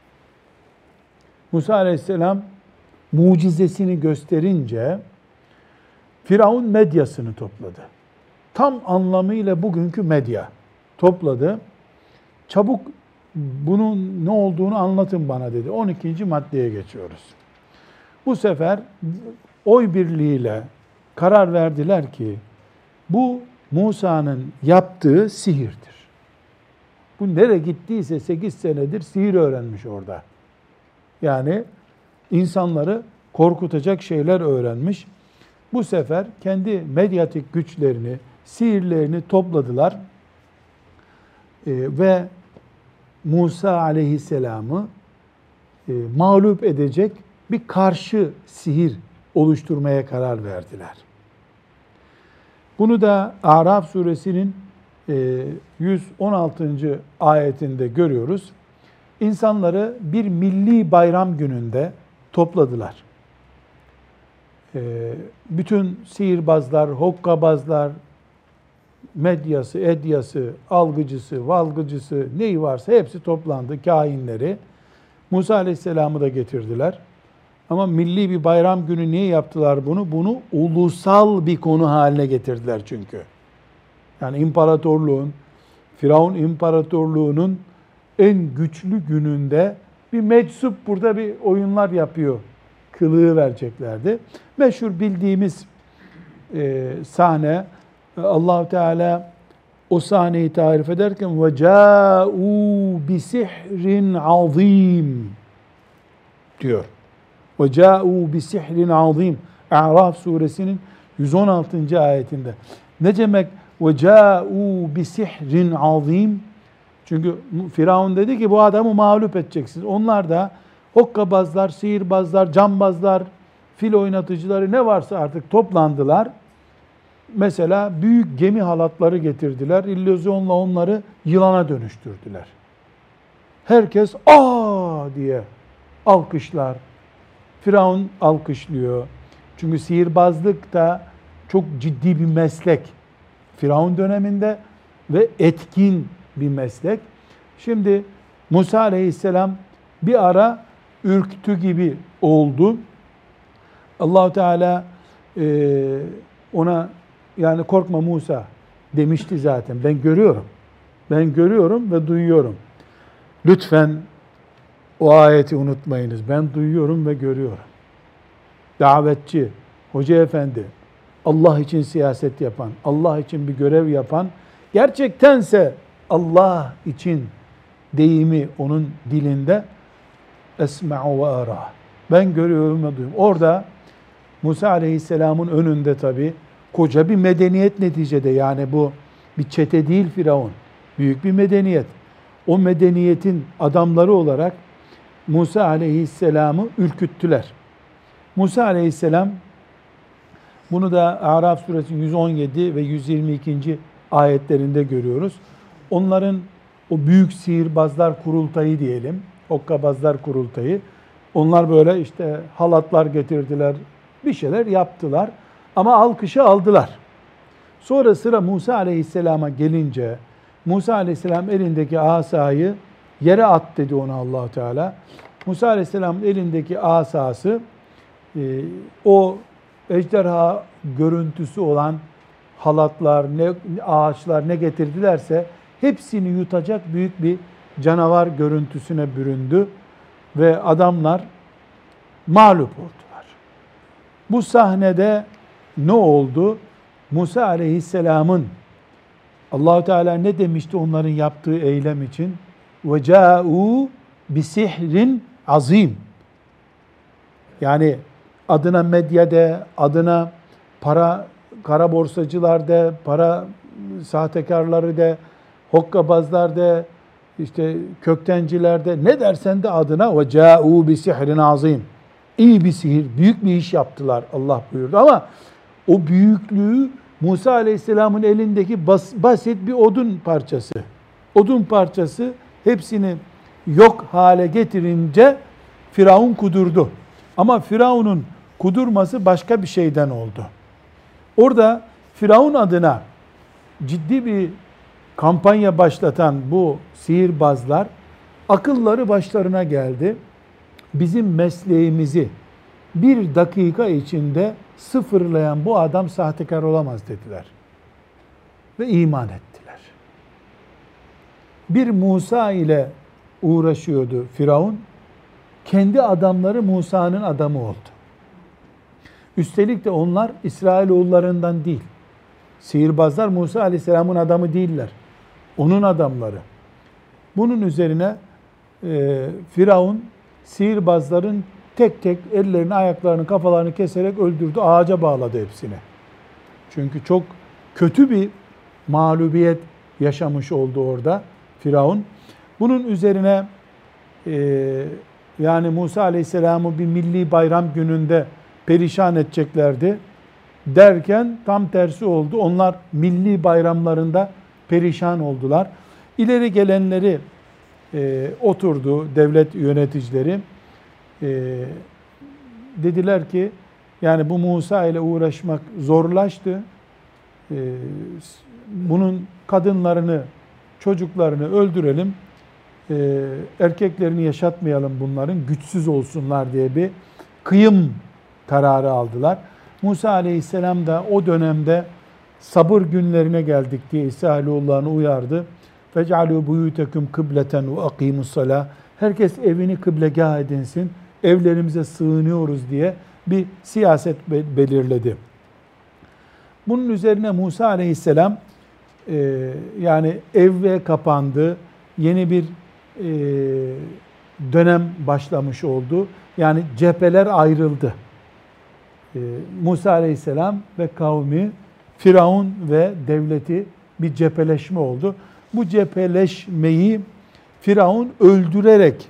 Musa Aleyhisselam mucizesini gösterince Firavun medyasını topladı. Tam anlamıyla bugünkü medya topladı. Çabuk bunun ne olduğunu anlatın bana dedi. 12. maddeye geçiyoruz. Bu sefer oy birliğiyle karar verdiler ki bu Musa'nın yaptığı sihirdir. Bu nereye gittiyse 8 senedir sihir öğrenmiş orada. Yani insanları korkutacak şeyler öğrenmiş. Bu sefer kendi medyatik güçlerini, sihirlerini topladılar ve Musa Aleyhisselam'ı mağlup edecek bir karşı sihir oluşturmaya karar verdiler. Bunu da Araf suresinin 116. ayetinde görüyoruz. İnsanları bir milli bayram gününde topladılar. Bütün sihirbazlar, hokkabazlar, medyası, edyası, algıcısı, valgıcısı neyi varsa hepsi toplandı, kahinleri. Musa Aleyhisselam'ı da getirdiler. Ama milli bir bayram günü niye yaptılar bunu? Bunu ulusal bir konu haline getirdiler çünkü. Yani imparatorluğun, Firavun imparatorluğunun en güçlü gününde bir meczup burada bir oyunlar yapıyor kılığı vereceklerdi. Meşhur bildiğimiz sahne, Allah-u Teala o sahneyi tarif ederken ve câ'û bi sihrin azîm diyor. Ve câ'û bi sihrin azîm. A'raf suresinin 116. ayetinde. Ne demek ve câ'û bi sihrin azîm? Çünkü Firavun dedi ki bu adamı mağlup edeceksiniz. Onlar da hokkabazlar, sihirbazlar, cambazlar, fil oynatıcıları ne varsa artık toplandılar. Mesela büyük gemi halatları getirdiler. İllüzyonla onları yılana dönüştürdüler. Herkes aa diye alkışlar. Firavun alkışlıyor. Çünkü sihirbazlık da çok ciddi bir meslek. Firavun döneminde ve etkin bir meslek. Şimdi Musa Aleyhisselam bir ara ürktü gibi oldu. Allah-u Teala ona yani korkma Musa demişti zaten. Ben görüyorum. Ben görüyorum ve duyuyorum. Lütfen O ayeti unutmayınız. Ben duyuyorum ve görüyorum. Davetçi, hoca efendi, Allah için siyaset yapan, Allah için bir görev yapan, gerçektense Allah için deyimi onun dilinde esma'u ve ara. Ben görüyorum ve duyuyorum. Orada Musa Aleyhisselam'ın önünde tabi koca bir medeniyet neticede, yani bu bir çete değil Firavun. Büyük bir medeniyet. O medeniyetin adamları olarak Musa Aleyhisselam'ı ürküttüler. Musa Aleyhisselam, bunu da Araf suresi 117 ve 122. ayetlerinde görüyoruz. Onların o büyük sihirbazlar kurultayı diyelim, hokkabazlar kurultayı, onlar böyle işte halatlar getirdiler, bir şeyler yaptılar ama alkışı aldılar. Sonra sıra Musa Aleyhisselam'a gelince, Musa Aleyhisselam elindeki asayı yere at dedi ona Allah Teala. Musa Aleyhisselam'ın elindeki asası o ejderha görüntüsü olan halatlar, ne ağaçlar ne getirdilerse hepsini yutacak büyük bir canavar görüntüsüne büründü ve adamlar mağlup oldular. Bu sahnede ne oldu? Musa Aleyhisselam'ın, Allah Teala ne demişti onların yaptığı eylem için? Ve ca'u bi sihrin azim. Yani adına medyada, adına kara borsacılar de, para sahtekarları de, hokkabazlar de, işte köktenciler de, ne dersen de adına ve ca'u bi sihrin azim. İyi bir sihir, büyük bir iş yaptılar Allah buyurdu ama o büyüklüğü Musa Aleyhisselam'ın elindeki basit bir odun parçası. Odun parçası hepsini yok hale getirince Firavun kudurdu. Ama Firavun'un kudurması başka bir şeyden oldu. Orada Firavun adına ciddi bir kampanya başlatan bu sihirbazlar akılları başlarına geldi. Bizim mesleğimizi bir dakika içinde sıfırlayan bu adam sahtekar olamaz dediler. Ve iman ettiler. Bir Musa ile uğraşıyordu Firavun. Kendi adamları Musa'nın adamı oldu. Üstelik de onlar İsrailoğullarından değil. Sihirbazlar Musa Aleyhisselam'ın adamı değiller. Onun adamları. Bunun üzerine Firavun sihirbazların tek tek ellerini, ayaklarını, kafalarını keserek öldürdü. Ağaca bağladı hepsini. Çünkü çok kötü bir mağlubiyet yaşamış oldu orada Firavun. Bunun üzerine yani Musa Aleyhisselam'ı bir milli bayram gününde perişan edeceklerdi derken tam tersi oldu. Onlar milli bayramlarında perişan oldular. İleri gelenleri oturdu, devlet yöneticileri. Dediler ki yani bu Musa ile uğraşmak zorlaştı. Bunun kadınlarını, çocuklarını öldürelim. Erkeklerini yaşatmayalım bunların, güçsüz olsunlar diye bir kıyım kararı aldılar. Musa Aleyhisselam da o dönemde sabır günlerine geldik diye İsrailoğullarını uyardı. فَجْعَلُوا بُيُوتَكُمْ قِبْلَةً وَاَقِيمُوا الصَّلَاةِ Herkes evini kıblegâh edinsin, evlerimize sığınıyoruz diye bir siyaset belirledi. Bunun üzerine Musa Aleyhisselam yani eve kapandı, yeni bir dönem başlamış oldu. Yani cepheler ayrıldı. Musa Aleyhisselam ve kavmi, Firavun ve devleti bir cepheleşme oldu. Bu cepheleşmeyi Firavun öldürerek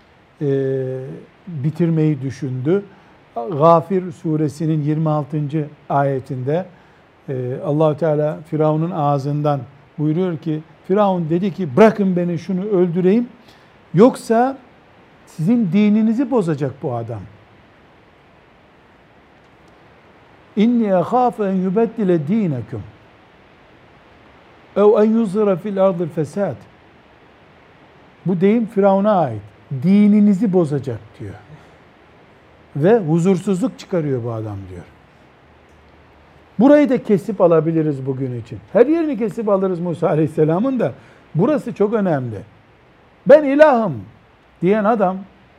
bitirmeyi düşündü. Gafir suresinin 26. ayetinde Allah-u Teala Firavun'un ağzından buyuruyor ki, Firavun dedi ki bırakın beni şunu öldüreyim, yoksa sizin dininizi bozacak bu adam. İnni ahâfe en yubeddile dînekum ev en yuzhira fil ardil fesad. Bu deyim Firavun'a ait. Dininizi bozacak diyor. Ve huzursuzluk çıkarıyor bu adam diyor. Burayı da kesip alabiliriz bugün için. Her yerini kesip alırız Musa Aleyhisselam'ın da. Burası çok önemli. Ben ilahım diyen adam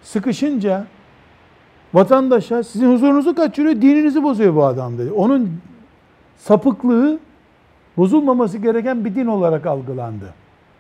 sıkışınca vatandaşa sizin huzurunuzu kaçırıyor, dininizi bozuyor bu adam dedi. Onun sapıklığı bozulmaması gereken bir din olarak algılandı.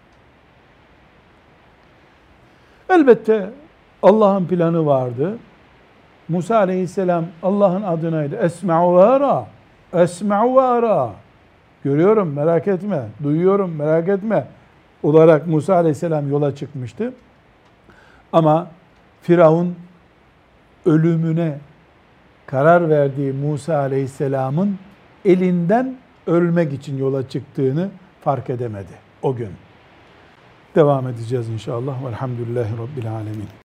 Elbette Allah'ın planı vardı. Musa aleyhisselam Allah'ın adınaydı. Esma'u ve ara. Esma'u ve ara. Görüyorum merak etme. Duyuyorum merak etme. Olarak Musa aleyhisselam yola çıkmıştı. Ama Firavun ölümüne karar verdiği Musa aleyhisselamın elinden ölmek için yola çıktığını fark edemedi o gün. Devam edeceğiz inşallah. Velhamdülillahi Rabbil alemin.